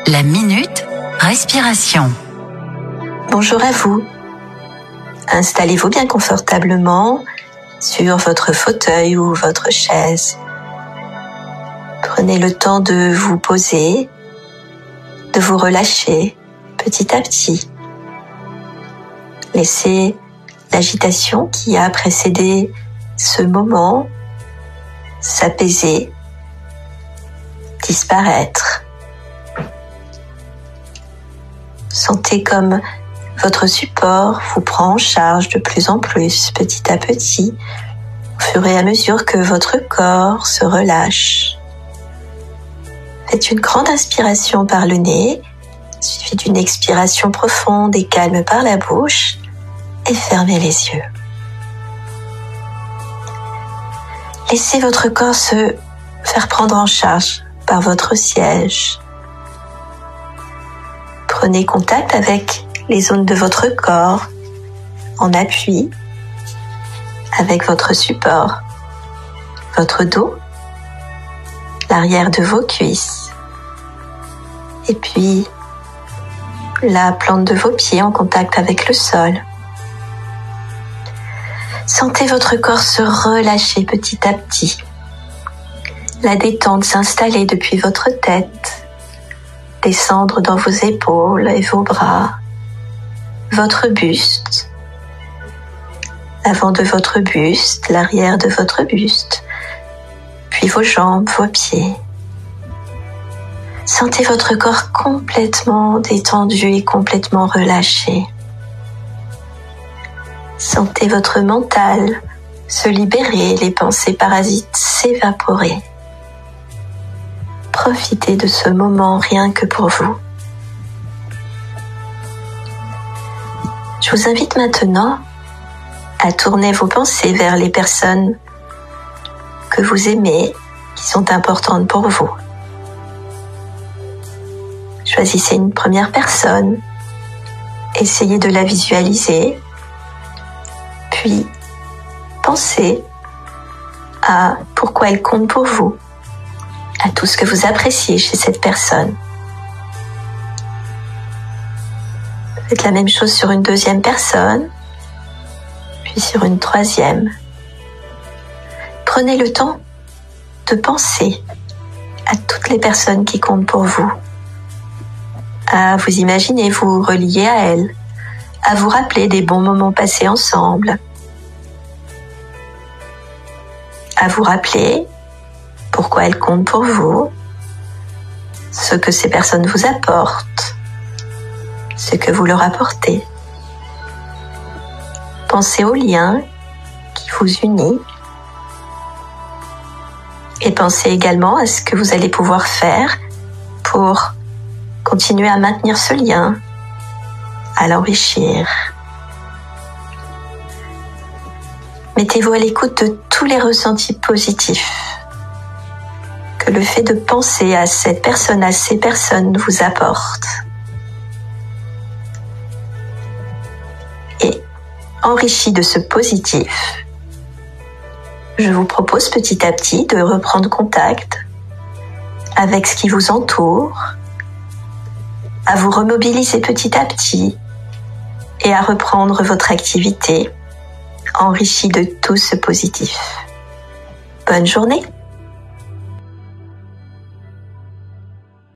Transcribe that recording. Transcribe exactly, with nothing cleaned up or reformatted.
La minute respiration. Bonjour à vous. Installez-vous bien confortablement sur votre fauteuil ou votre chaise. Prenez le temps de vous poser, de vous relâcher petit à petit. Laissez l'agitation qui a précédé ce moment s'apaiser, disparaître. Sentez comme votre support vous prend en charge de plus en plus, petit à petit, au fur et à mesure que votre corps se relâche. Faites une grande inspiration par le nez, il suffit d'une expiration profonde et calme par la bouche, et fermez les yeux. Laissez votre corps se faire prendre en charge par votre siège. Prenez contact avec les zones de votre corps en appui avec votre support, votre dos, l'arrière de vos cuisses et puis la plante de vos pieds en contact avec le sol. Sentez votre corps se relâcher petit à petit, la détente s'installer depuis votre tête, descendre dans vos épaules et vos bras, votre buste, l'avant de votre buste, l'arrière de votre buste, puis vos jambes, vos pieds. Sentez votre corps complètement détendu et complètement relâché. Sentez votre mental se libérer, les pensées parasites s'évaporer. Profitez de ce moment rien que pour vous. Je vous invite maintenant à tourner vos pensées vers les personnes que vous aimez, qui sont importantes pour vous. Choisissez une première personne, essayez de la visualiser, puis pensez à pourquoi elle compte pour vous, à tout ce que vous appréciez chez cette personne. Faites la même chose sur une deuxième personne, puis sur une troisième. Prenez le temps de penser à toutes les personnes qui comptent pour vous, à vous imaginer vous relier à elles, à vous rappeler des bons moments passés ensemble, à vous rappeler pourquoi elles comptent pour vous, ce que ces personnes vous apportent, ce que vous leur apportez. Pensez aux liens qui vous unissent et pensez également à ce que vous allez pouvoir faire pour continuer à maintenir ce lien, à l'enrichir. Mettez-vous à l'écoute de tous les ressentis positifs que le fait de penser à cette personne, à ces personnes vous apporte. Et enrichi de ce positif, je vous propose petit à petit de reprendre contact avec ce qui vous entoure, à vous remobiliser petit à petit et à reprendre votre activité enrichie de tout ce positif. Bonne journée!